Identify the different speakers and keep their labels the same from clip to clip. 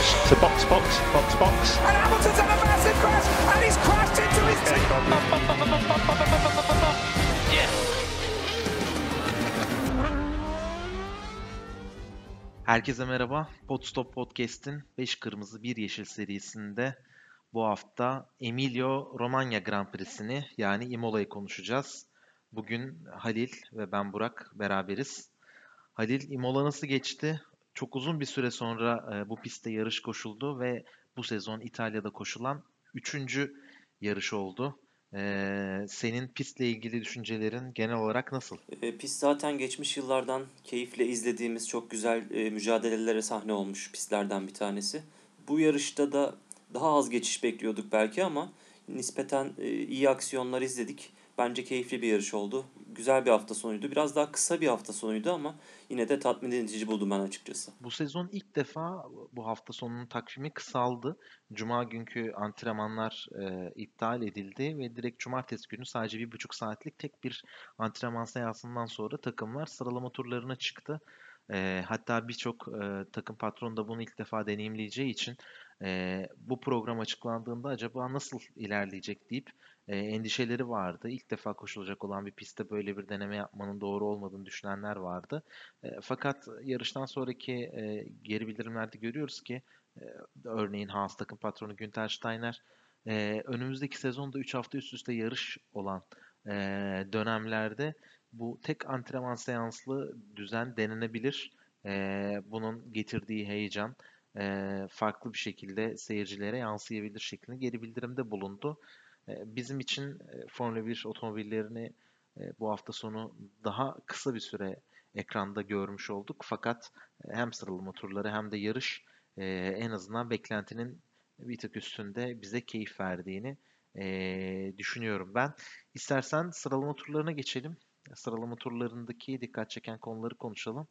Speaker 1: to box, box, box, box.
Speaker 2: And Hamilton's had a massive crash, and he's crashed into his team.
Speaker 3: Herkese merhaba. Podstop Podcast'in 5 Kırmızı 1 Yeşil serisinde bu hafta Emilio Romagna Grand Prix'sini yani Imola'yı konuşacağız. Bugün Halil ve ben Burak beraberiz. Halil, Imola nasıl geçti? Çok uzun bir süre sonra bu pistte yarış koşuldu ve bu sezon İtalya'da koşulan 3. yarış oldu. Senin pistle ilgili düşüncelerin genel olarak nasıl?
Speaker 4: Pist zaten geçmiş yıllardan keyifle izlediğimiz çok güzel mücadelelere sahne olmuş pistlerden bir tanesi. Bu yarışta da daha az geçiş bekliyorduk belki ama nispeten iyi aksiyonlar izledik. Bence keyifli bir yarış oldu. Güzel bir hafta sonuydu. Biraz daha kısa bir hafta sonuydu ama yine de tatmin edici buldum ben açıkçası.
Speaker 3: Bu sezon ilk defa bu hafta sonunun takvimi kısaldı. Cuma günkü antrenmanlar iptal edildi ve direkt cumartesi günü sadece 1,5 saatlik tek bir antrenman seansından sonra takımlar sıralama turlarına çıktı. Hatta birçok takım patronu da bunu ilk defa deneyimleyeceği için bu program açıklandığında acaba nasıl ilerleyecek deyip endişeleri vardı. İlk defa koşulacak olan bir pistte böyle bir deneme yapmanın doğru olmadığını düşünenler vardı. Fakat yarıştan sonraki geri bildirimlerde görüyoruz ki e, örneğin Haas takım patronu Günther Steiner önümüzdeki sezonda 3 hafta üst üste yarış olan e, dönemlerde bu tek antrenman seanslı düzen denenebilir. Bunun getirdiği heyecan farklı bir şekilde seyircilere yansıyabilir şeklinde geri bildirimde bulundu. Bizim için Formula 1 otomobillerini bu hafta sonu daha kısa bir süre ekranda görmüş olduk. Fakat hem sıralama turları hem de yarış en azından beklentinin bir tık üstünde bize keyif verdiğini düşünüyorum ben. İstersen sıralama turlarına geçelim. Sıralama turlarındaki dikkat çeken konuları konuşalım.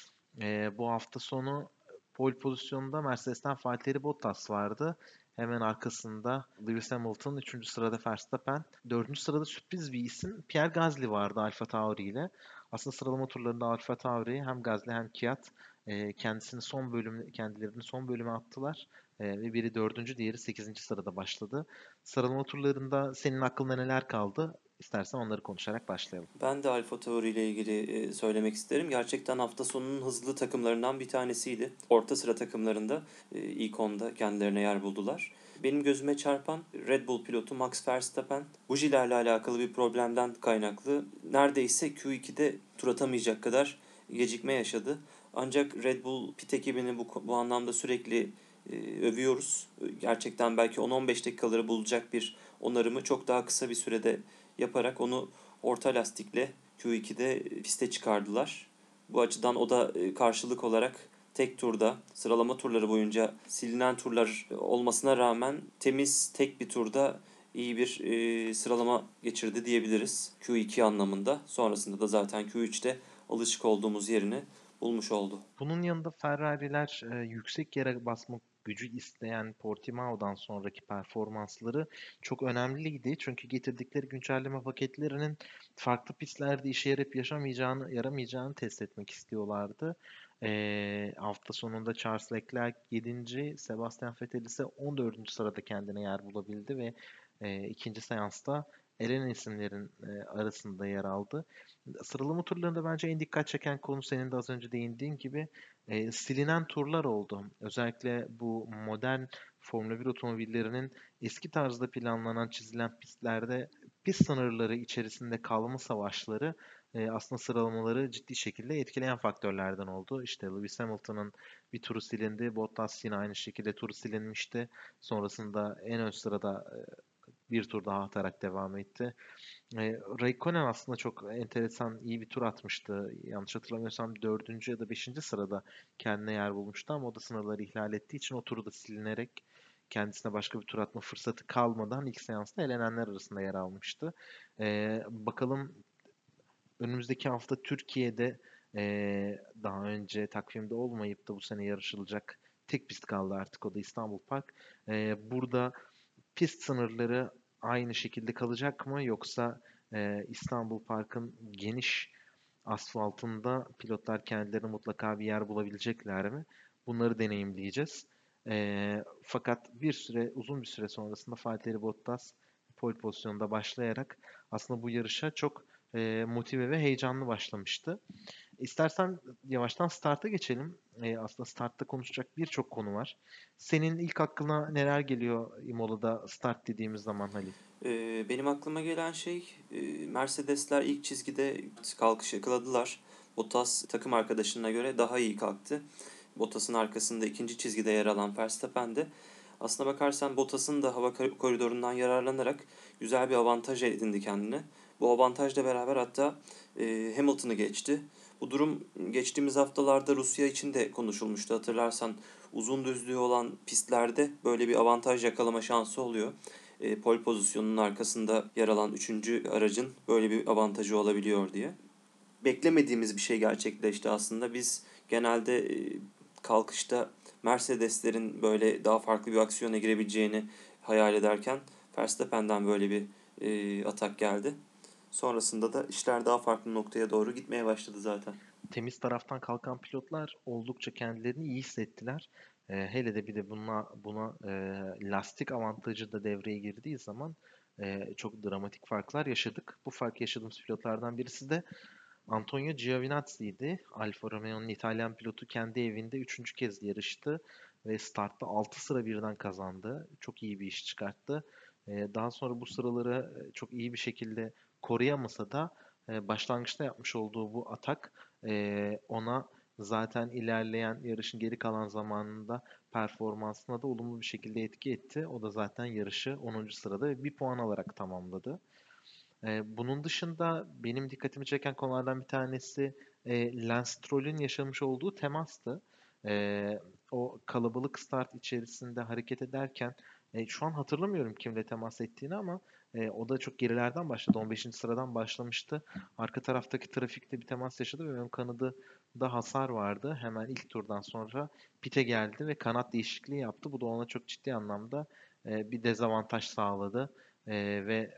Speaker 3: Bu hafta sonu pole pozisyonunda Mercedes'ten Valtteri Bottas vardı. Hemen arkasında Lewis Hamilton, 3. sırada Verstappen, 4. sırada sürpriz bir isim Pierre Gasly vardı Alfa Tauri ile. Aslında sıralama turlarında Alfa Tauri hem Gasly hem Kvyat kendilerini son bölüme attılar. Ve biri 4. diğeri 8. sırada başladı. Sıralama turlarında senin aklında neler kaldı? İstersen onları konuşarak başlayalım.
Speaker 4: Ben de Alfa Tauri ile ilgili söylemek isterim. Gerçekten hafta sonunun hızlı takımlarından bir tanesiydi. Orta sıra takımlarında ilk onda kendilerine yer buldular. Benim gözüme çarpan Red Bull pilotu Max Verstappen bujilerle alakalı bir problemden kaynaklı neredeyse Q2'de tur atamayacak kadar gecikme yaşadı. Ancak Red Bull pit ekibini bu anlamda sürekli övüyoruz. Gerçekten belki 10-15 dakikaları bulacak bir onarımı çok daha kısa bir sürede yaparak onu orta lastikle Q2'de piste çıkardılar. Bu açıdan o da karşılık olarak tek turda sıralama turları boyunca silinen turlar olmasına rağmen temiz tek bir turda iyi bir sıralama geçirdi diyebiliriz Q2 anlamında. Sonrasında da zaten Q3'te alışık olduğumuz yerini bulmuş oldu.
Speaker 3: Bunun yanında Ferrari'ler yüksek yere basma gücü isteyen Portimao'dan sonraki performansları çok önemliydi. Çünkü getirdikleri güncelleme paketlerinin farklı pistlerde işe yarayıp yaramayacağını test etmek istiyorlardı. Hafta sonunda Charles Leclerc 7. Sebastian Vettel ise 14. sırada kendine yer bulabildi ve ikinci seansta elenen isimlerin arasında yer aldı. Sıralama turlarında bence en dikkat çeken konu senin de az önce değindiğin gibi silinen turlar oldu. Özellikle bu modern Formula 1 otomobillerinin eski tarzda planlanan çizilen pistlerde pist sınırları içerisinde kalma savaşları aslında sıralamaları ciddi şekilde etkileyen faktörlerden oldu. İşte Lewis Hamilton'ın bir turu silindi. Bottas yine aynı şekilde turu silinmişti. Sonrasında en ön sırada bir tur daha atarak devam etti. Raikkonen aslında çok enteresan, iyi bir tur atmıştı. Yanlış hatırlamıyorsam 4. ya da 5. sırada kendine yer bulmuştu ama o da sınırları ihlal ettiği için o turu da silinerek kendisine başka bir tur atma fırsatı kalmadan ilk seansta elenenler arasında yer almıştı. Bakalım önümüzdeki hafta Türkiye'de daha önce takvimde olmayıp da bu sene yarışılacak tek pist kaldı artık, o da İstanbul Park. Burada pist sınırları aynı şekilde kalacak mı, yoksa İstanbul Park'ın geniş asfaltında pilotlar kendilerine mutlaka bir yer bulabilecekler mi? Bunları deneyimleyeceğiz. Fakat uzun bir süre sonrasında Valtteri Bottas pole pozisyonunda başlayarak aslında bu yarışa çok motive ve heyecanlı başlamıştı. İstersen yavaştan starta geçelim. Aslında startta konuşacak birçok konu var. Senin ilk aklına neler geliyor Imola'da start dediğimiz zaman Halil?
Speaker 4: Benim aklıma gelen şey Mercedesler ilk çizgide kalkış yakaladılar. Bottas takım arkadaşına göre daha iyi kalktı. Bottas'ın arkasında ikinci çizgide yer alan Verstappen de aslına bakarsan Bottas'ın da hava koridorundan yararlanarak güzel bir avantaj edindi kendine. Bu avantajla beraber hatta Hamilton'ı geçti. Bu durum geçtiğimiz haftalarda Rusya için de konuşulmuştu. Hatırlarsan uzun düzlüğü olan pistlerde böyle bir avantaj yakalama şansı oluyor. Pole pozisyonunun arkasında yer alan üçüncü aracın böyle bir avantajı olabiliyor diye. Beklemediğimiz bir şey gerçekleşti aslında. Biz genelde kalkışta Mercedeslerin böyle daha farklı bir aksiyona girebileceğini hayal ederken Verstappen'den böyle bir atak geldi. Sonrasında da işler daha farklı noktaya doğru gitmeye başladı zaten.
Speaker 3: Temiz taraftan kalkan pilotlar oldukça kendilerini iyi hissettiler. Hele de bir de buna lastik avantajı da devreye girdiği zaman çok dramatik farklar yaşadık. Bu fark yaşadığımız pilotlardan birisi de Antonio Giovinazzi'ydi. Alfa Romeo'nun İtalyan pilotu kendi evinde üçüncü kez yarıştı ve startta 6 sıra birden kazandı. Çok iyi bir iş çıkarttı. Daha sonra bu sıraları çok iyi bir şekilde koruyamasa da başlangıçta yapmış olduğu bu atak ona zaten ilerleyen yarışın geri kalan zamanında performansına da olumlu bir şekilde etki etti. O da zaten yarışı 10. sırada ve bir puan alarak tamamladı. Bunun dışında benim dikkatimi çeken konulardan bir tanesi Lance Stroll'ün yaşamış olduğu temastı. E, O kalabalık start içerisinde hareket ederken şu an hatırlamıyorum kimle temas ettiğini ama o da çok gerilerden başladı. 15. sıradan başlamıştı. Arka taraftaki trafikte bir temas yaşadı ve ön kanadı da hasar vardı. Hemen ilk turdan sonra pite geldi ve kanat değişikliği yaptı. Bu da ona çok ciddi anlamda bir dezavantaj sağladı. Ve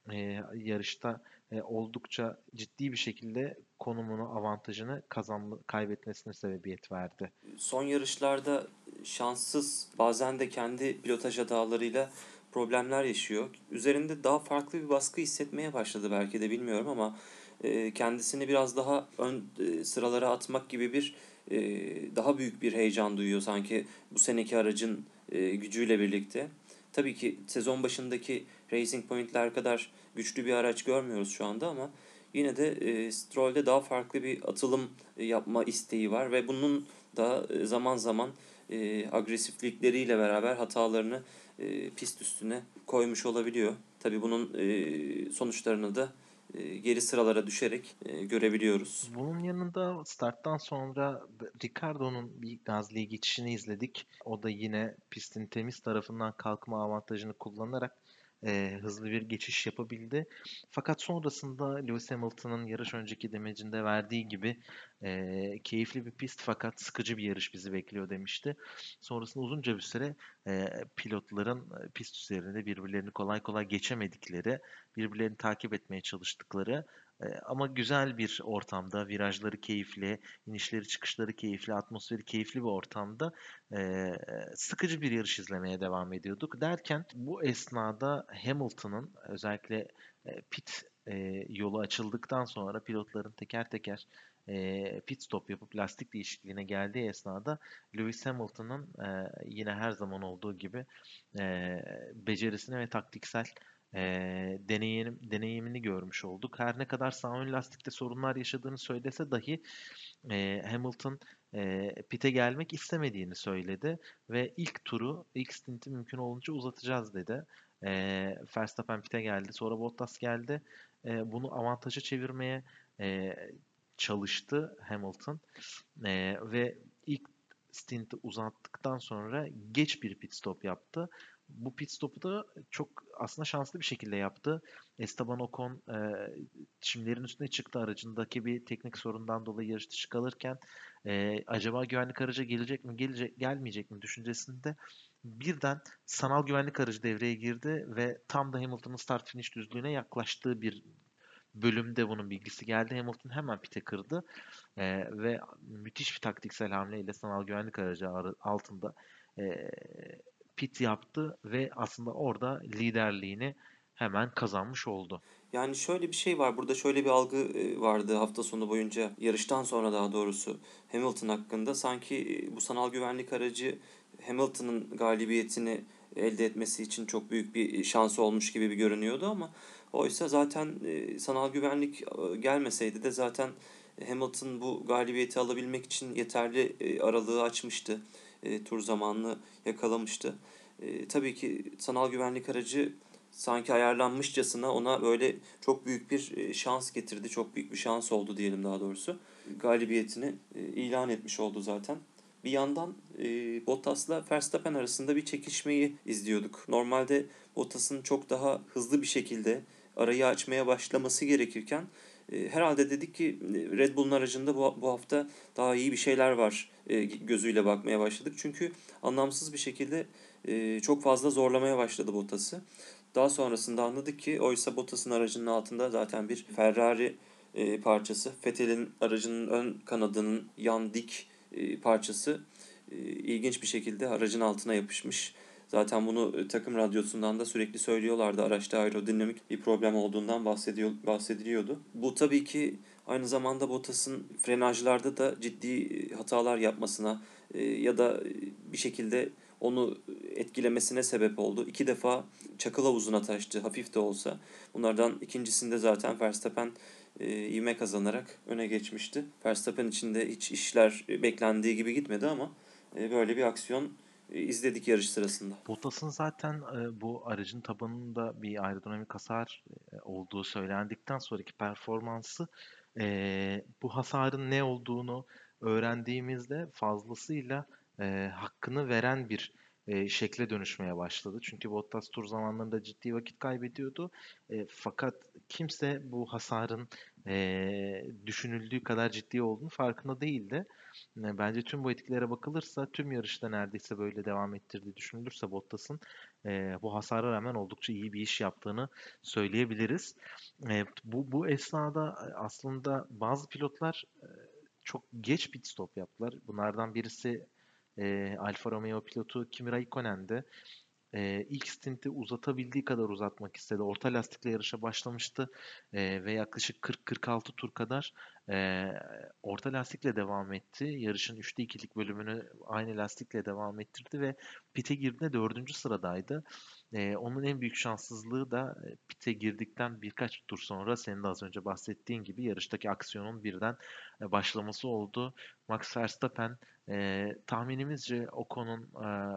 Speaker 3: yarışta oldukça ciddi bir şekilde konumunu, avantajını kaybetmesine sebebiyet verdi.
Speaker 4: Son yarışlarda şanssız, bazen de kendi pilotaj hatalarıyla problemler yaşıyor. Üzerinde daha farklı bir baskı hissetmeye başladı belki de, bilmiyorum, ama kendisini biraz daha ön sıralara atmak gibi bir daha büyük bir heyecan duyuyor sanki bu seneki aracın gücüyle birlikte. Tabii ki sezon başındaki Racing Point'ler kadar güçlü bir araç görmüyoruz şu anda, ama yine de Stroll'de daha farklı bir atılım yapma isteği var ve bunun da zaman zaman agresiflikleriyle beraber hatalarını pist üstüne koymuş olabiliyor. Tabii bunun sonuçlarını da geri sıralara düşerek görebiliyoruz.
Speaker 3: Bunun yanında starttan sonra Ricardo'nun bir Gazli'ye geçişini izledik. O da yine pistin temiz tarafından kalkma avantajını kullanarak hızlı bir geçiş yapabildi. Fakat sonrasında Lewis Hamilton'ın yarış önceki demecinde verdiği gibi keyifli bir pist fakat sıkıcı bir yarış bizi bekliyor demişti. Sonrasında uzunca bir süre pilotların pist üzerinde birbirlerini kolay kolay geçemedikleri, birbirlerini takip etmeye çalıştıkları ama güzel bir ortamda, virajları keyifli, inişleri çıkışları keyifli, atmosferi keyifli bir ortamda sıkıcı bir yarış izlemeye devam ediyorduk. Derken bu esnada Hamilton'ın özellikle pit yolu açıldıktan sonra pilotların teker teker pit stop yapıp lastik değişikliğine geldiği esnada Lewis Hamilton'ın yine her zaman olduğu gibi becerisini ve taktiksel deneyimini görmüş olduk. Her ne kadar sağ ön lastikte sorunlar yaşadığını söylese dahi Hamilton pite gelmek istemediğini söyledi ve ilk stinti mümkün olunca uzatacağız dedi. Verstappen pite geldi, sonra Bottas geldi. Bunu avantaja çevirmeye e, çalıştı Hamilton ve ilk stinti uzattıktan sonra geç bir pit stop yaptı. Bu pit stopu da çok aslında şanslı bir şekilde yaptı. Esteban Ocon çimlerin üstüne çıktı, aracındaki bir teknik sorundan dolayı yarış dışı kalırken acaba güvenlik aracı gelecek mi, gelmeyecek mi düşüncesinde birden sanal güvenlik aracı devreye girdi ve tam da Hamilton'ın start finish düzlüğüne yaklaştığı bir bölümde bunun bilgisi geldi. Hamilton hemen pite kırdı ve müthiş bir taktiksel hamleyle sanal güvenlik aracı altında pit yaptı ve aslında orada liderliğini hemen kazanmış oldu.
Speaker 4: Yani şöyle bir şey var. Burada şöyle bir algı vardı hafta sonu boyunca. Yarıştan sonra daha doğrusu Hamilton hakkında. Sanki bu sanal güvenlik aracı Hamilton'ın galibiyetini elde etmesi için çok büyük bir şansı olmuş gibi bir görünüyordu ama oysa zaten sanal güvenlik gelmeseydi de zaten Hamilton bu galibiyeti alabilmek için yeterli aralığı açmıştı. Tur zamanını yakalamıştı. Tabii ki sanal güvenlik aracı sanki ayarlanmışçasına ona böyle çok büyük bir şans getirdi. Çok büyük bir şans oldu diyelim daha doğrusu. Galibiyetini ilan etmiş oldu zaten. Bir yandan Bottas'la Verstappen arasında bir çekişmeyi izliyorduk. Normalde Bottas'ın çok daha hızlı bir şekilde arayı açmaya başlaması gerekirken herhalde dedik ki Red Bull'un aracında bu hafta daha iyi bir şeyler var gözüyle bakmaya başladık. Çünkü anlamsız bir şekilde çok fazla zorlamaya başladı Bottas'ı. Daha sonrasında anladık ki oysa Bottas'ın aracının altında zaten bir Ferrari parçası. Vettel'in aracının ön kanadının yan dik parçası ilginç bir şekilde aracın altına yapışmış. Zaten bunu takım radyosundan da sürekli söylüyorlardı. Araçta aerodinamik bir problem olduğundan bahsediliyordu. Bu tabii ki aynı zamanda Bottas'ın frenajlarda da ciddi hatalar yapmasına ya da bir şekilde onu etkilemesine sebep oldu. 2 defa çakıl havuzuna taştı hafif de olsa. Bunlardan ikincisinde zaten Verstappen ivme kazanarak öne geçmişti. Verstappen için de hiç işler beklendiği gibi gitmedi ama böyle bir aksiyon izledik yarış sırasında.
Speaker 3: Bottas'ın zaten bu aracın tabanında bir aerodinamik hasar olduğu söylendikten sonraki performansı bu hasarın ne olduğunu öğrendiğimizde fazlasıyla hakkını veren bir şekle dönüşmeye başladı. Çünkü Bottas tur zamanlarında ciddi vakit kaybediyordu. Fakat kimse bu hasarın düşünüldüğü kadar ciddi olduğunu farkında değildi. Bence tüm bu etkilere bakılırsa tüm yarışta neredeyse böyle devam ettirdiği düşünülürse Bottas'ın bu hasara rağmen oldukça iyi bir iş yaptığını söyleyebiliriz. Bu esnada aslında bazı pilotlar çok geç pit stop yaptılar. Bunlardan birisi Alfa Romeo pilotu Kimi Raikkonen'di. İlk stinti uzatabildiği kadar uzatmak istedi. Orta lastikle yarışa başlamıştı ve yaklaşık 40-46 tur kadar e, orta lastikle devam etti. Yarışın 3'te 2'lik bölümünü aynı lastikle devam ettirdi ve pite girdiğinde 4. sıradaydı. Onun en büyük şanssızlığı da pite girdikten birkaç tur sonra senin de az önce bahsettiğin gibi yarıştaki aksiyonun birden başlaması oldu. Max Verstappen tahminimizce Ocon'un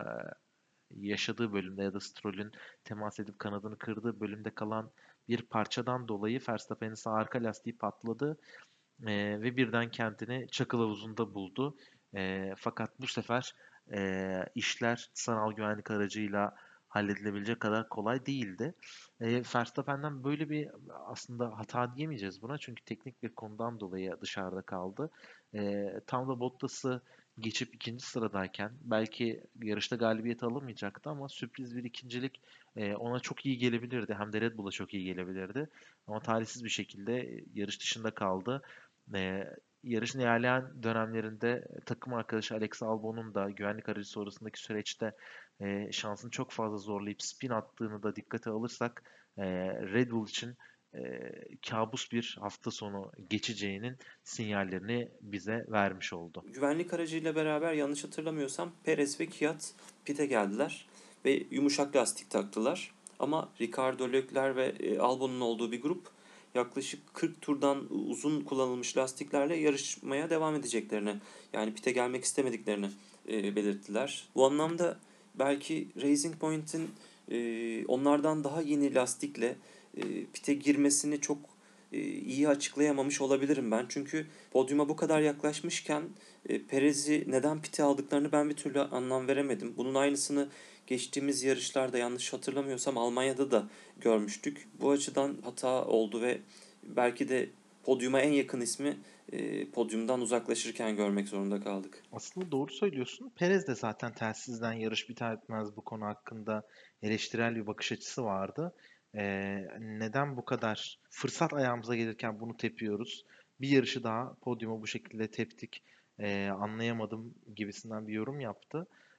Speaker 3: yaşadığı bölümde ya da Stroll'ün temas edip kanadını kırdığı bölümde kalan bir parçadan dolayı Verstappen'in sağ arka lastiği patladı ve birden kendini çakıl havuzunda buldu. Fakat bu sefer işler sanal güvenlik aracıyla halledilebilecek kadar kolay değildi. Verstappen'den böyle bir aslında hata diyemeyeceğiz buna çünkü teknik bir konudan dolayı dışarıda kaldı. Tam da Bottas'ı geçip ikinci sıradayken belki yarışta galibiyet alamayacaktı ama sürpriz bir ikincilik ona çok iyi gelebilirdi. Hem de Red Bull'a çok iyi gelebilirdi. Ama talihsiz bir şekilde yarış dışında kaldı. Yarışın ilerleyen dönemlerinde takım arkadaşı Alex Albon'un da güvenlik aracı sonrasındaki süreçte şansını çok fazla zorlayıp spin attığını da dikkate alırsak Red Bull için kabus bir hafta sonu geçeceğinin sinyallerini bize vermiş oldu.
Speaker 4: Güvenlik aracıyla beraber yanlış hatırlamıyorsam Perez ve Kvyat pite geldiler ve yumuşak lastik taktılar. Ama Ricardo, Leclerc ve Albon'un olduğu bir grup yaklaşık 40 turdan uzun kullanılmış lastiklerle yarışmaya devam edeceklerini, yani pite gelmek istemediklerini belirttiler. Bu anlamda belki Racing Point'in onlardan daha yeni lastikle pite girmesini çok iyi açıklayamamış olabilirim ben. Çünkü podyuma bu kadar yaklaşmışken Perez'i neden pite aldıklarını ben bir türlü anlam veremedim. Bunun aynısını geçtiğimiz yarışlarda yanlış hatırlamıyorsam Almanya'da da görmüştük. Bu açıdan hata oldu ve belki de podyuma en yakın ismi podyumdan uzaklaşırken görmek zorunda kaldık.
Speaker 3: Aslında doğru söylüyorsun. Perez de zaten telsizden yarış biter bitmez bu konu hakkında eleştirel bir bakış açısı vardı. Neden bu kadar fırsat ayağımıza gelirken bunu tepiyoruz? Bir yarışı daha podyuma bu şekilde teptik. Anlayamadım gibisinden bir yorum yaptı.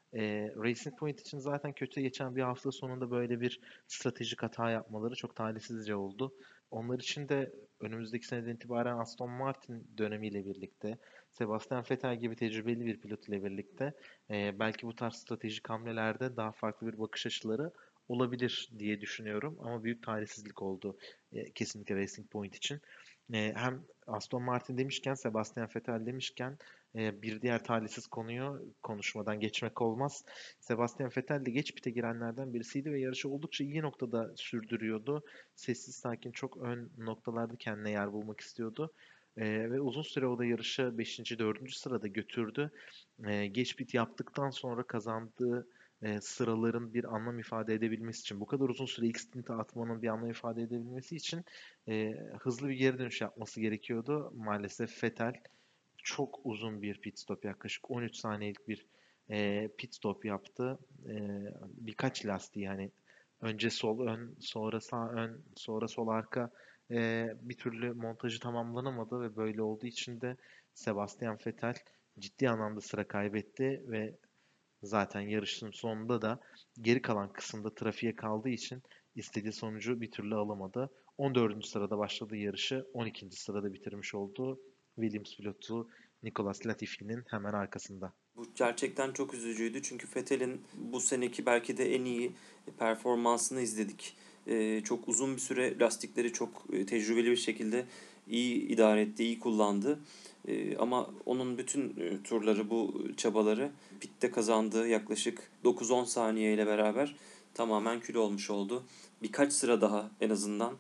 Speaker 3: Racing Point için zaten kötü geçen bir hafta sonunda böyle bir stratejik hata yapmaları çok talihsizce oldu. Onlar için de önümüzdeki seneden itibaren Aston Martin dönemiyle birlikte, Sebastian Vettel gibi tecrübeli bir pilot ile birlikte belki bu tarz stratejik hamlelerde daha farklı bir bakış açıları olabilir diye düşünüyorum. Ama büyük talihsizlik oldu kesinlikle Racing Point için. Hem Aston Martin demişken, Sebastian Vettel demişken bir diğer talihsiz konuyu konuşmadan geçmek olmaz. Sebastian Vettel de geç pite girenlerden birisiydi ve yarışı oldukça iyi noktada sürdürüyordu. Sessiz sakin çok ön noktalarda kendine yer bulmak istiyordu. Ve uzun süre o da yarışı 5. 4. sırada götürdü. Geç pit yaptıktan sonra kazandığı sıraların bir anlam ifade edebilmesi için, bu kadar uzun süre ilk stint'e atmanın bir anlam ifade edebilmesi için hızlı bir geri dönüş yapması gerekiyordu. Maalesef Vettel çok uzun bir pit stop, yaklaşık 13 saniyelik bir pit stop yaptı. Birkaç lastiği, yani önce sol ön, sonra sağ ön, sonra sol arka bir türlü montajı tamamlanamadı ve böyle olduğu için de Sebastian Vettel ciddi anlamda sıra kaybetti ve zaten yarışın sonunda da geri kalan kısımda trafiğe kaldığı için istediği sonucu bir türlü alamadı. 14. sırada başladığı yarışı 12. sırada bitirmiş oldu. Williams pilotu Nicolas Latifi'nin hemen arkasında.
Speaker 4: Bu gerçekten çok üzücüydü çünkü Vettel'in bu seneki belki de en iyi performansını izledik. Çok uzun bir süre lastikleri çok tecrübeli bir şekilde iyi idare etti, iyi kullandı. Ama onun bütün turları, bu çabaları pitte kazandığı yaklaşık 9-10 saniye ile beraber tamamen kül olmuş oldu. Birkaç sıra daha en azından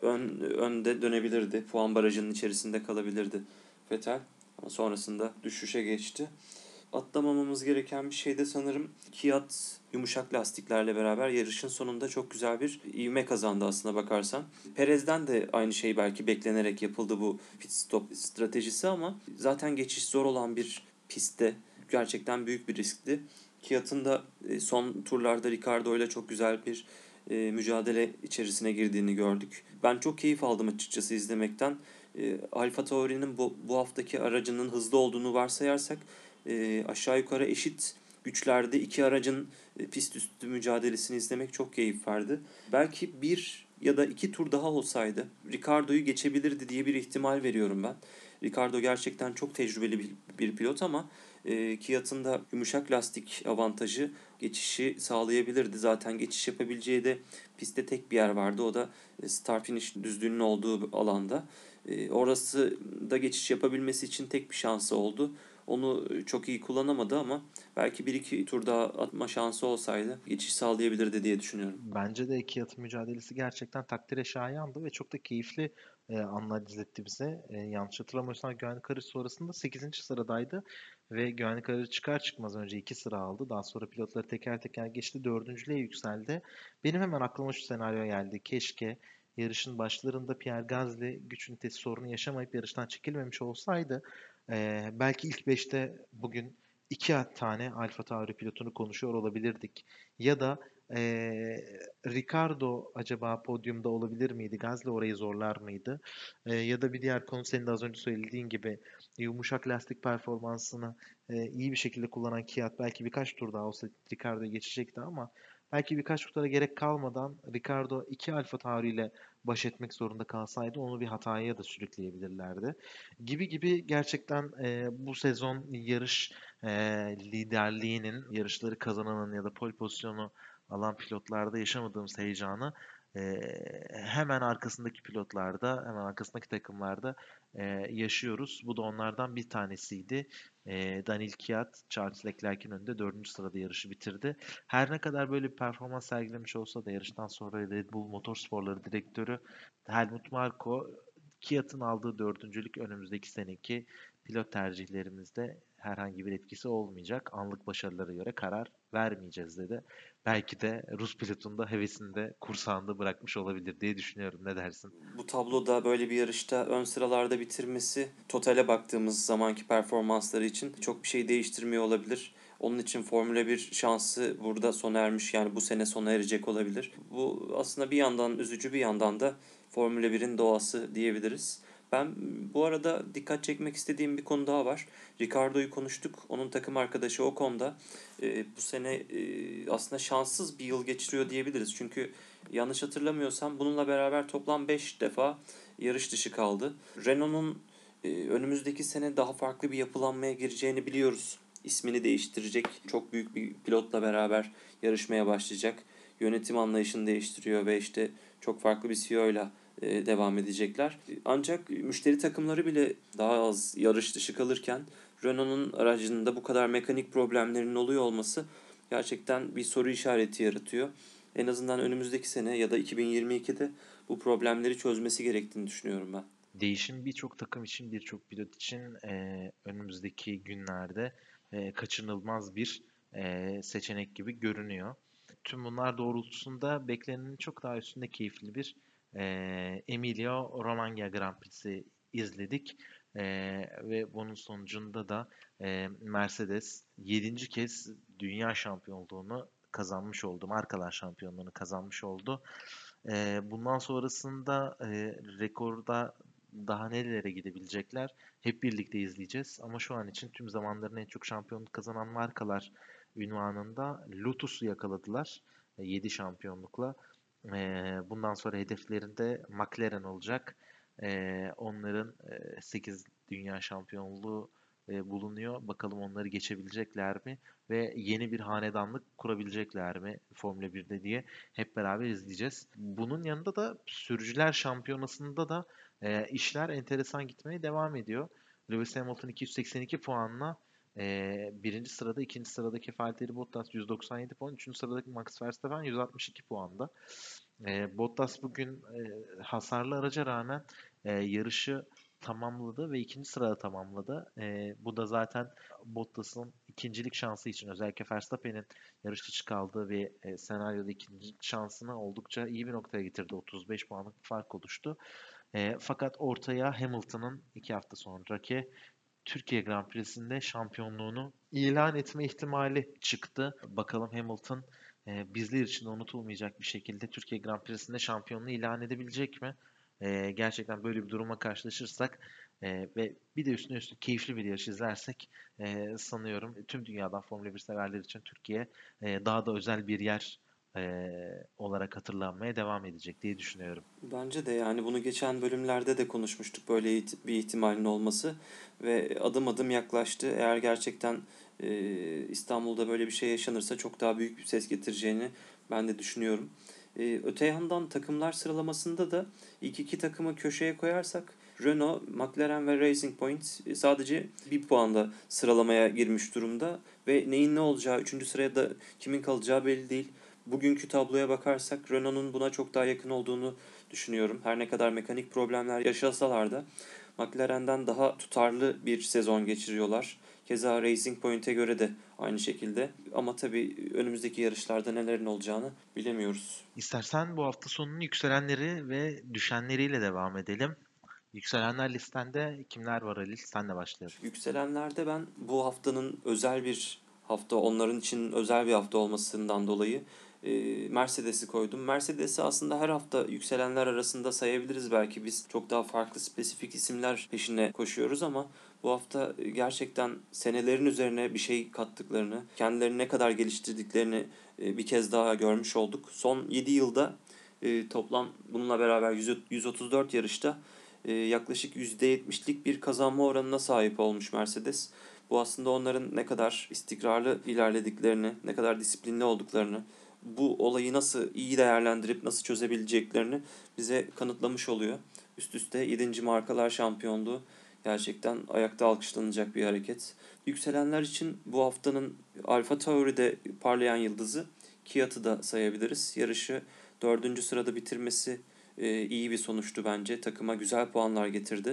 Speaker 4: önde dönebilirdi. Puan barajının içerisinde kalabilirdi Vettel. Ama sonrasında düşüşe geçti. Atlamamamız gereken bir şey de sanırım Kvyat yumuşak lastiklerle beraber yarışın sonunda çok güzel bir ivme kazandı aslına bakarsan. Perez'den de aynı şey belki beklenerek yapıldı bu pit stop stratejisi ama zaten geçiş zor olan bir pistte gerçekten büyük bir riskti. Kvyat'ın da son turlarda Ricardo ile çok güzel bir mücadele içerisine girdiğini gördük. Ben çok keyif aldım açıkçası izlemekten. Alfa Tauri'nin bu haftaki aracının hızlı olduğunu varsayarsak aşağı yukarı eşit güçlerde iki aracın pist üstü mücadelesini izlemek çok keyif verdi. Belki bir ya da iki tur daha olsaydı Ricardo'yu geçebilirdi diye bir ihtimal veriyorum ben. Ricardo gerçekten çok tecrübeli bir pilot ama Kvyat'ın da yumuşak lastik avantajı geçişi sağlayabilirdi. Zaten geçiş yapabileceği de pistte tek bir yer vardı. O da start finish düzlüğünün olduğu alanda. Orası da geçiş yapabilmesi için tek bir şansı oldu. Onu çok iyi kullanamadı ama belki bir iki tur daha atma şansı olsaydı geçiş sağlayabilirdi diye düşünüyorum.
Speaker 3: Bence de iki atı mücadelesi gerçekten takdire şayandı ve çok da keyifli anlar izletti bize. Yanlış hatırlamıyorsam güvenlik aracı sonrasında 8. sıradaydı ve güvenlik aracı çıkar çıkmaz önce 2 sıra aldı. Daha sonra pilotları teker teker geçti. Dördüncülüğe yükseldi. Benim hemen aklıma şu senaryo geldi. Keşke yarışın başlarında Pierre Gasly güç ünitesi sorunu yaşamayıp yarıştan çekilmemiş olsaydı belki ilk 5'te bugün 2 tane Alfa Tauri pilotunu konuşuyor olabilirdik. Ya da Ricardo acaba podyumda olabilir miydi? Gasly orayı zorlar mıydı? Ya da bir diğer konu, senin de az önce söylediğin gibi yumuşak lastik performansını iyi bir şekilde kullanan Kvyat belki birkaç tur daha olsa Ricardo'yu geçecekti ama belki birkaç tura gerek kalmadan Ricardo iki Alfa Tauri ile baş etmek zorunda kalsaydı onu bir hataya da sürükleyebilirlerdi. Gibi gibi gerçekten bu sezon yarış liderliğinin, yarışları kazananın ya da pole pozisyonu alan pilotlarda yaşamadığımız heyecanı hemen arkasındaki pilotlarda, hemen arkasındaki takımlarda yaşıyoruz. Bu da onlardan bir tanesiydi. Daniil Kvyat, Charles Leclerc'in önünde 4. sırada yarışı bitirdi. Her ne kadar böyle bir performans sergilemiş olsa da yarıştan sonra Red Bull Motorsporları direktörü Helmut Marko, Kvyat'ın aldığı dördüncülük önümüzdeki seneki pilot tercihlerimizde herhangi bir etkisi olmayacak. Anlık başarılara göre karar vermeyeceğiz dedi. Belki de Rus pilotun da hevesini de kursağında bırakmış olabilir diye düşünüyorum. Ne dersin?
Speaker 4: Bu tabloda böyle bir yarışta ön sıralarda bitirmesi totale baktığımız zamanki performansları için çok bir şey değiştirmiyor olabilir. Onun için Formula 1 şansı burada sona ermiş, yani bu sene sona erecek olabilir. Bu aslında bir yandan üzücü, bir yandan da Formula 1'in doğası diyebiliriz. Ben bu arada dikkat çekmek istediğim bir konu daha var. Ricardo'yu konuştuk. Onun takım arkadaşı Ocon'da bu sene aslında şanssız bir yıl geçiriyor diyebiliriz. Çünkü yanlış hatırlamıyorsam bununla beraber toplam 5 defa yarış dışı kaldı. Renault'un önümüzdeki sene daha farklı bir yapılanmaya gireceğini biliyoruz. İsmini değiştirecek. Çok büyük bir pilotla beraber yarışmaya başlayacak. Yönetim anlayışını değiştiriyor ve işte çok farklı bir CEO ile devam edecekler. Ancak müşteri takımları bile daha az yarış dışı kalırken Renault'un aracında bu kadar mekanik problemlerinin oluyor olması gerçekten bir soru işareti yaratıyor. En azından önümüzdeki sene ya da 2022'de bu problemleri çözmesi gerektiğini düşünüyorum ben.
Speaker 3: Değişim birçok takım için, birçok pilot için önümüzdeki günlerde kaçınılmaz bir seçenek gibi görünüyor. Tüm bunlar doğrultusunda beklenenin çok daha üstünde keyifli bir Emilia Romagna Grand Prix'si izledik. Ve bunun sonucunda da Mercedes 7. kez dünya şampiyonluğunu kazanmış oldu. Markalar şampiyonluğunu kazanmış oldu. Bundan sonrasında rekorda daha nerelere gidebilecekler hep birlikte izleyeceğiz. Ama şu an için tüm zamanların en çok şampiyonluk kazanan markalar ünvanında Lotus'u yakaladılar 7 şampiyonlukla. Bundan sonra hedeflerinde McLaren olacak. Onların 8 dünya şampiyonluğu bulunuyor. Bakalım onları geçebilecekler mi? Ve yeni bir hanedanlık kurabilecekler mi Formula 1'de diye hep beraber izleyeceğiz. Bunun yanında da sürücüler şampiyonasında da işler enteresan gitmeye devam ediyor. Lewis Hamilton 282 puanla birinci sırada, ikinci sıradaki Valtteri Bottas 197 puan, üçüncü sıradaki Max Verstappen 162 puanda. Bottas bugün hasarlı araca rağmen yarışı tamamladı ve ikinci sırada tamamladı. Bu da zaten Bottas'ın ikincilik şansı için özellikle Verstappen'in yarış dışı kaldığı ve senaryoda ikincilik şansını oldukça iyi bir noktaya getirdi. 35 puanlık bir fark oluştu. Fakat ortaya Hamilton'ın 2 hafta sonraki Türkiye Grand Prix'sinde şampiyonluğunu ilan etme ihtimali çıktı. Bakalım Hamilton bizler için de unutulmayacak bir şekilde Türkiye Grand Prix'sinde şampiyonluğu ilan edebilecek mi? Gerçekten böyle bir duruma karşılaşırsak ve bir de üstüne üstlük keyifli bir yarış izlersek sanıyorum tüm dünyadan Formula 1 severler için Türkiye daha da özel bir yer olarak hatırlanmaya devam edecek diye düşünüyorum.
Speaker 4: Bence de yani bunu geçen bölümlerde de konuşmuştuk böyle bir ihtimalin olması ve adım adım yaklaştı. Eğer gerçekten İstanbul'da böyle bir şey yaşanırsa çok daha büyük bir ses getireceğini ben de düşünüyorum. Öte yandan takımlar sıralamasında da ilk iki takımı köşeye koyarsak Renault, McLaren ve Racing Point sadece bir puanda sıralamaya girmiş durumda ve neyin ne olacağı, üçüncü sıraya da kimin kalacağı belli değil. Bugünkü tabloya bakarsak Renault'un buna çok daha yakın olduğunu düşünüyorum. Her ne kadar mekanik problemler yaşasalar da McLaren'den daha tutarlı bir sezon geçiriyorlar. Keza Racing Point'e göre de aynı şekilde. Ama tabii önümüzdeki yarışlarda nelerin olacağını bilemiyoruz.
Speaker 3: İstersen bu hafta sonunun yükselenleri ve düşenleriyle devam edelim. Yükselenler listende kimler var Halil? Senle başlayalım.
Speaker 4: Yükselenlerde ben bu haftanın özel bir hafta, onların için özel bir hafta olmasından dolayı Mercedes'i koydum. Mercedes'i aslında her hafta yükselenler arasında sayabiliriz belki. Biz çok daha farklı spesifik isimler peşine koşuyoruz ama bu hafta gerçekten senelerin üzerine bir şey kattıklarını, kendilerini ne kadar geliştirdiklerini bir kez daha görmüş olduk. Son 7 yılda toplam bununla beraber 134 yarışta yaklaşık %70'lik bir kazanma oranına sahip olmuş Mercedes. Bu aslında onların ne kadar istikrarlı ilerlediklerini, ne kadar disiplinli olduklarını, bu olayı nasıl iyi değerlendirip nasıl çözebileceklerini bize kanıtlamış oluyor. Üst üste 7. markalar şampiyonluğu gerçekten ayakta alkışlanacak bir hareket. Yükselenler için bu haftanın Alfa Tauri'de parlayan yıldızı Kvyat'ı da sayabiliriz. Yarışı 4. sırada bitirmesi iyi bir sonuçtu bence. Takıma güzel puanlar getirdi.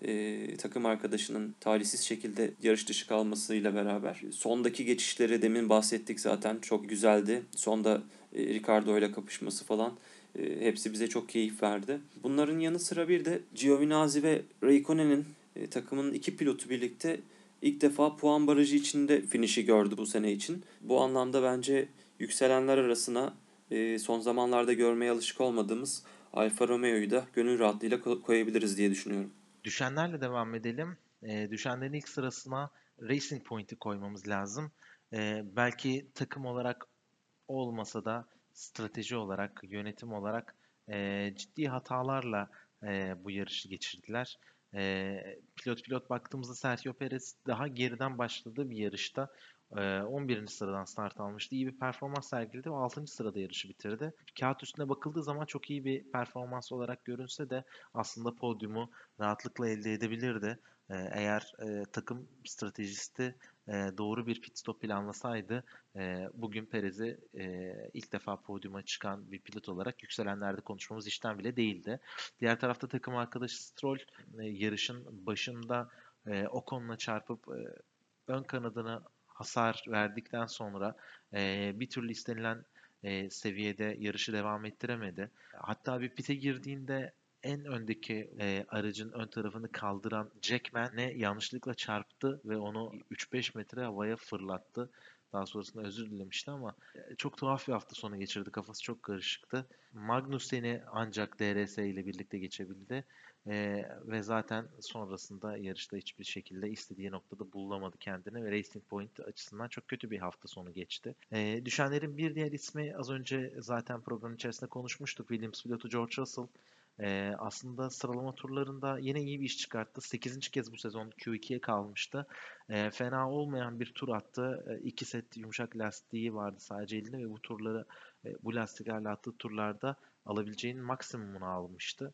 Speaker 4: Takım arkadaşının talihsiz şekilde yarış dışı kalmasıyla beraber. Sondaki geçişleri demin bahsettik zaten. Çok güzeldi. Sonda Ricardo ile kapışması falan. Hepsi bize çok keyif verdi. Bunların yanı sıra bir de Giovinazzi ve Raikkonen'in takımın iki pilotu birlikte ilk defa puan barajı içinde finişi gördü bu sene için. Bu anlamda bence yükselenler arasına son zamanlarda görmeye alışık olmadığımız Alfa Romeo'yu da gönül rahatlığıyla koyabiliriz diye düşünüyorum.
Speaker 3: Düşenlerle devam edelim. Düşenlerin ilk sırasına Racing Point'i koymamız lazım. Belki takım olarak olmasa da strateji olarak, yönetim olarak ciddi hatalarla bu yarışı geçirdiler. Pilot pilot baktığımızda Sergio Perez daha geriden başladığı bir yarışta 11. sıradan start almıştı. İyi bir performans sergiledi ve 6. sırada yarışı bitirdi. Kağıt üstüne bakıldığı zaman çok iyi bir performans olarak görünse de aslında podyumu rahatlıkla elde edebilirdi. Eğer takım stratejisti doğru bir pit stop planlasaydı bugün Perez'i ilk defa podyuma çıkan bir pilot olarak yükselenlerde konuşmamız işten bile değildi. Diğer tarafta takım arkadaşı Stroll yarışın başında Ocon'la çarpıp ön kanadına hasar verdikten sonra bir türlü istenilen seviyede yarışı devam ettiremedi. Hatta bir pite girdiğinde en öndeki aracın ön tarafını kaldıran Jackman'e yanlışlıkla çarptı ve onu 3-5 metre havaya fırlattı. Daha sonrasında özür dilemişti ama çok tuhaf bir hafta sonu geçirdi. Kafası çok karışıktı. Magnussen'i ancak DRS ile birlikte geçebildi. Ve zaten sonrasında yarışta hiçbir şekilde istediği noktada bulamadı kendini ve Racing Point açısından çok kötü bir hafta sonu geçti. Düşenlerin bir diğer ismi az önce zaten programın içerisinde konuşmuştuk. Williams pilotu George Russell. Aslında sıralama turlarında yine iyi bir iş çıkarttı. 8. kez bu sezon Q2'ye kalmıştı. Fena olmayan bir tur attı. 2 set yumuşak lastiği vardı sadece elinde ve bu turları bu lastiklerle attığı turlarda alabileceğinin maksimumunu almıştı.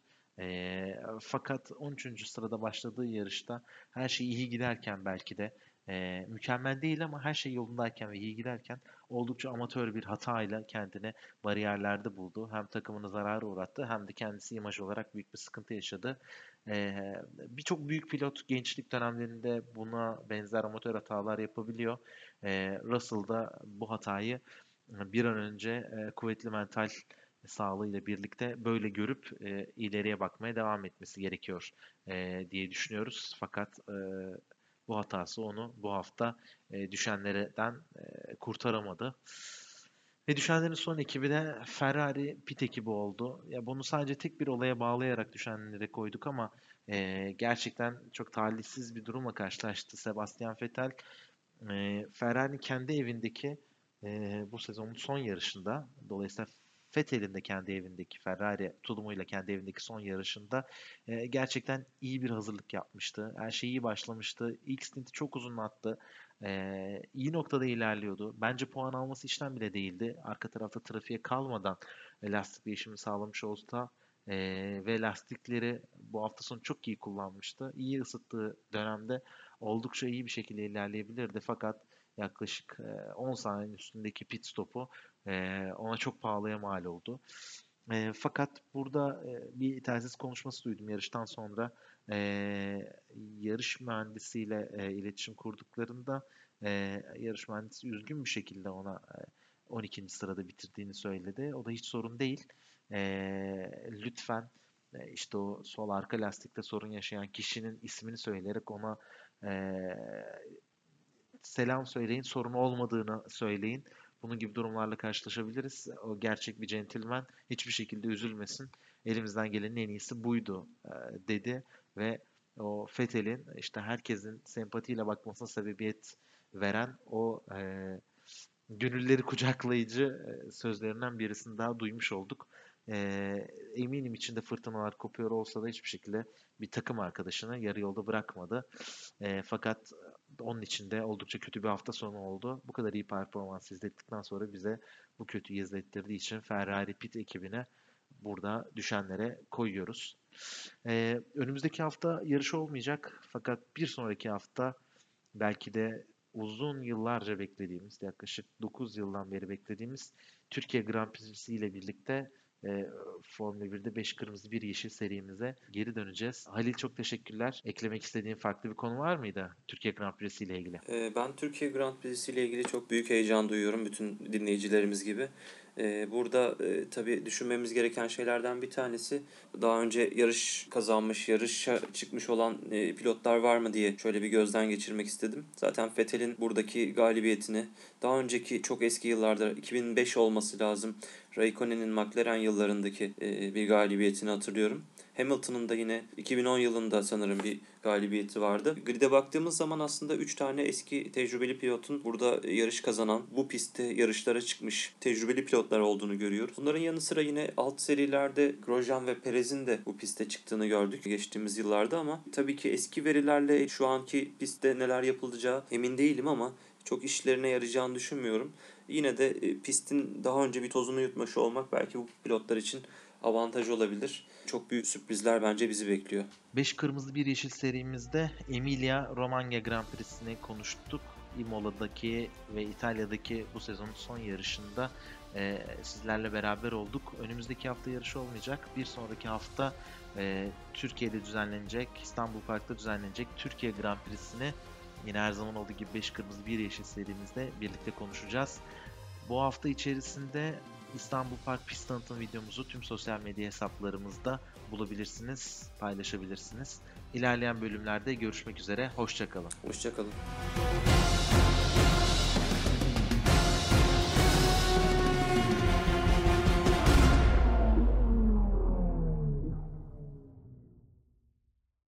Speaker 3: Fakat 13. sırada başladığı yarışta her şey iyi giderken belki de mükemmel değil ama her şey yolundayken ve iyi giderken oldukça amatör bir hatayla kendini bariyerlerde buldu. Hem takımını zarara uğrattı hem de kendisi imaj olarak büyük bir sıkıntı yaşadı. Birçok büyük pilot gençlik dönemlerinde buna benzer amatör hatalar yapabiliyor. Russell da bu hatayı bir an önce kuvvetli mental sağlığıyla birlikte böyle görüp ileriye bakmaya devam etmesi gerekiyor diye düşünüyoruz. Fakat bu hatası onu bu hafta düşenlerden kurtaramadı. Ve düşenlerin son ekibi de Ferrari pit ekibi oldu. Ya bunu sadece tek bir olaya bağlayarak düşenlere koyduk ama gerçekten çok talihsiz bir durumla karşılaştı Sebastian Vettel. Ferrari kendi evindeki bu sezonun son yarışında, dolayısıyla Vettel'in de kendi evindeki Ferrari tulumuyla kendi evindeki son yarışında gerçekten iyi bir hazırlık yapmıştı. Her şey iyi başlamıştı. İlk stinti çok uzun attı. İyi noktada ilerliyordu. Bence puan alması işten bile değildi. Arka tarafta trafiğe kalmadan lastik değişimi sağlamış olsa ve lastikleri bu hafta sonu çok iyi kullanmıştı. İyi ısıttığı dönemde oldukça iyi bir şekilde ilerleyebilirdi. Fakat yaklaşık 10 saniyenin üstündeki pit stopu ona çok pahalıya mal oldu. Fakat burada bir telsiz konuşması duydum yarıştan sonra. E, Yarış mühendisiyle iletişim kurduklarında yarış mühendisi üzgün bir şekilde ona 12. sırada bitirdiğini söyledi. O da hiç sorun değil. Lütfen işte o sol arka lastikte sorun yaşayan kişinin ismini söyleyerek ona e, selam söyleyin, sorun olmadığını söyleyin. Bunun gibi durumlarla karşılaşabiliriz. O gerçek bir centilmen hiçbir şekilde üzülmesin. Elimizden gelenin en iyisi buydu dedi ve o Fethel'in işte herkesin sempatiyle bakmasına sebebiyet veren o gönülleri kucaklayıcı sözlerinden birisini daha duymuş olduk. Eminim içinde fırtınalar kopuyor olsa da hiçbir şekilde bir takım arkadaşını yarı yolda bırakmadı. Fakat onun içinde oldukça kötü bir hafta sonu oldu. Bu kadar iyi performans izlettikten sonra bize bu kötüyü izlettirdiği için Ferrari pit ekibine burada düşenlere koyuyoruz. Önümüzdeki hafta yarış olmayacak. Fakat bir sonraki hafta belki de uzun yıllarca beklediğimiz, yaklaşık 9 yıldan beri beklediğimiz Türkiye Grand Prix'si ile birlikte Formula 1'de 5 kırmızı bir yeşil serimize geri döneceğiz. Halil çok teşekkürler. Eklemek istediğin farklı bir konu var mıydı Türkiye Grand Prix'si ile ilgili?
Speaker 4: Ben Türkiye Grand Prix'si ile ilgili çok büyük heyecan duyuyorum bütün dinleyicilerimiz gibi. Burada tabii düşünmemiz gereken şeylerden bir tanesi daha önce yarış kazanmış, yarışa çıkmış olan pilotlar var mı diye şöyle bir gözden geçirmek istedim. Zaten Vettel'in buradaki galibiyetini daha önceki çok eski yıllarda 2005 olması lazım Raikkonen'in McLaren yıllarındaki bir galibiyetini hatırlıyorum. Hamilton'ın da yine 2010 yılında sanırım bir galibiyeti vardı. Grid'e baktığımız zaman aslında 3 tane eski tecrübeli pilotun burada yarış kazanan, bu pistte yarışlara çıkmış tecrübeli pilotlar olduğunu görüyoruz. Bunların yanı sıra yine alt serilerde Grosjean ve Perez'in de bu piste çıktığını gördük geçtiğimiz yıllarda ama tabii ki eski verilerle şu anki pistte neler yapılacağı emin değilim ama çok işlerine yarayacağını düşünmüyorum. Yine de pistin daha önce bir tozunu yutmuş olmak belki bu pilotlar için avantaj olabilir. Çok büyük sürprizler bence bizi bekliyor.
Speaker 3: 5 kırmızı 1 yeşil serimizde Emilia Romagna Grand Prix'sini konuştuk. Imola'daki ve İtalya'daki bu sezonun son yarışında sizlerle beraber olduk. Önümüzdeki hafta yarış olmayacak. Bir sonraki hafta Türkiye'de düzenlenecek, İstanbul Park'ta düzenlenecek Türkiye Grand Prix'sini yine her zaman olduğu gibi 5 kırmızı 1 yeşil serimizde birlikte konuşacağız. Bu hafta içerisinde İstanbul Park pist tanıtım videomuzu tüm sosyal medya hesaplarımızda bulabilirsiniz, paylaşabilirsiniz. İlerleyen bölümlerde görüşmek üzere, hoşça kalın.
Speaker 4: Hoşça kalın.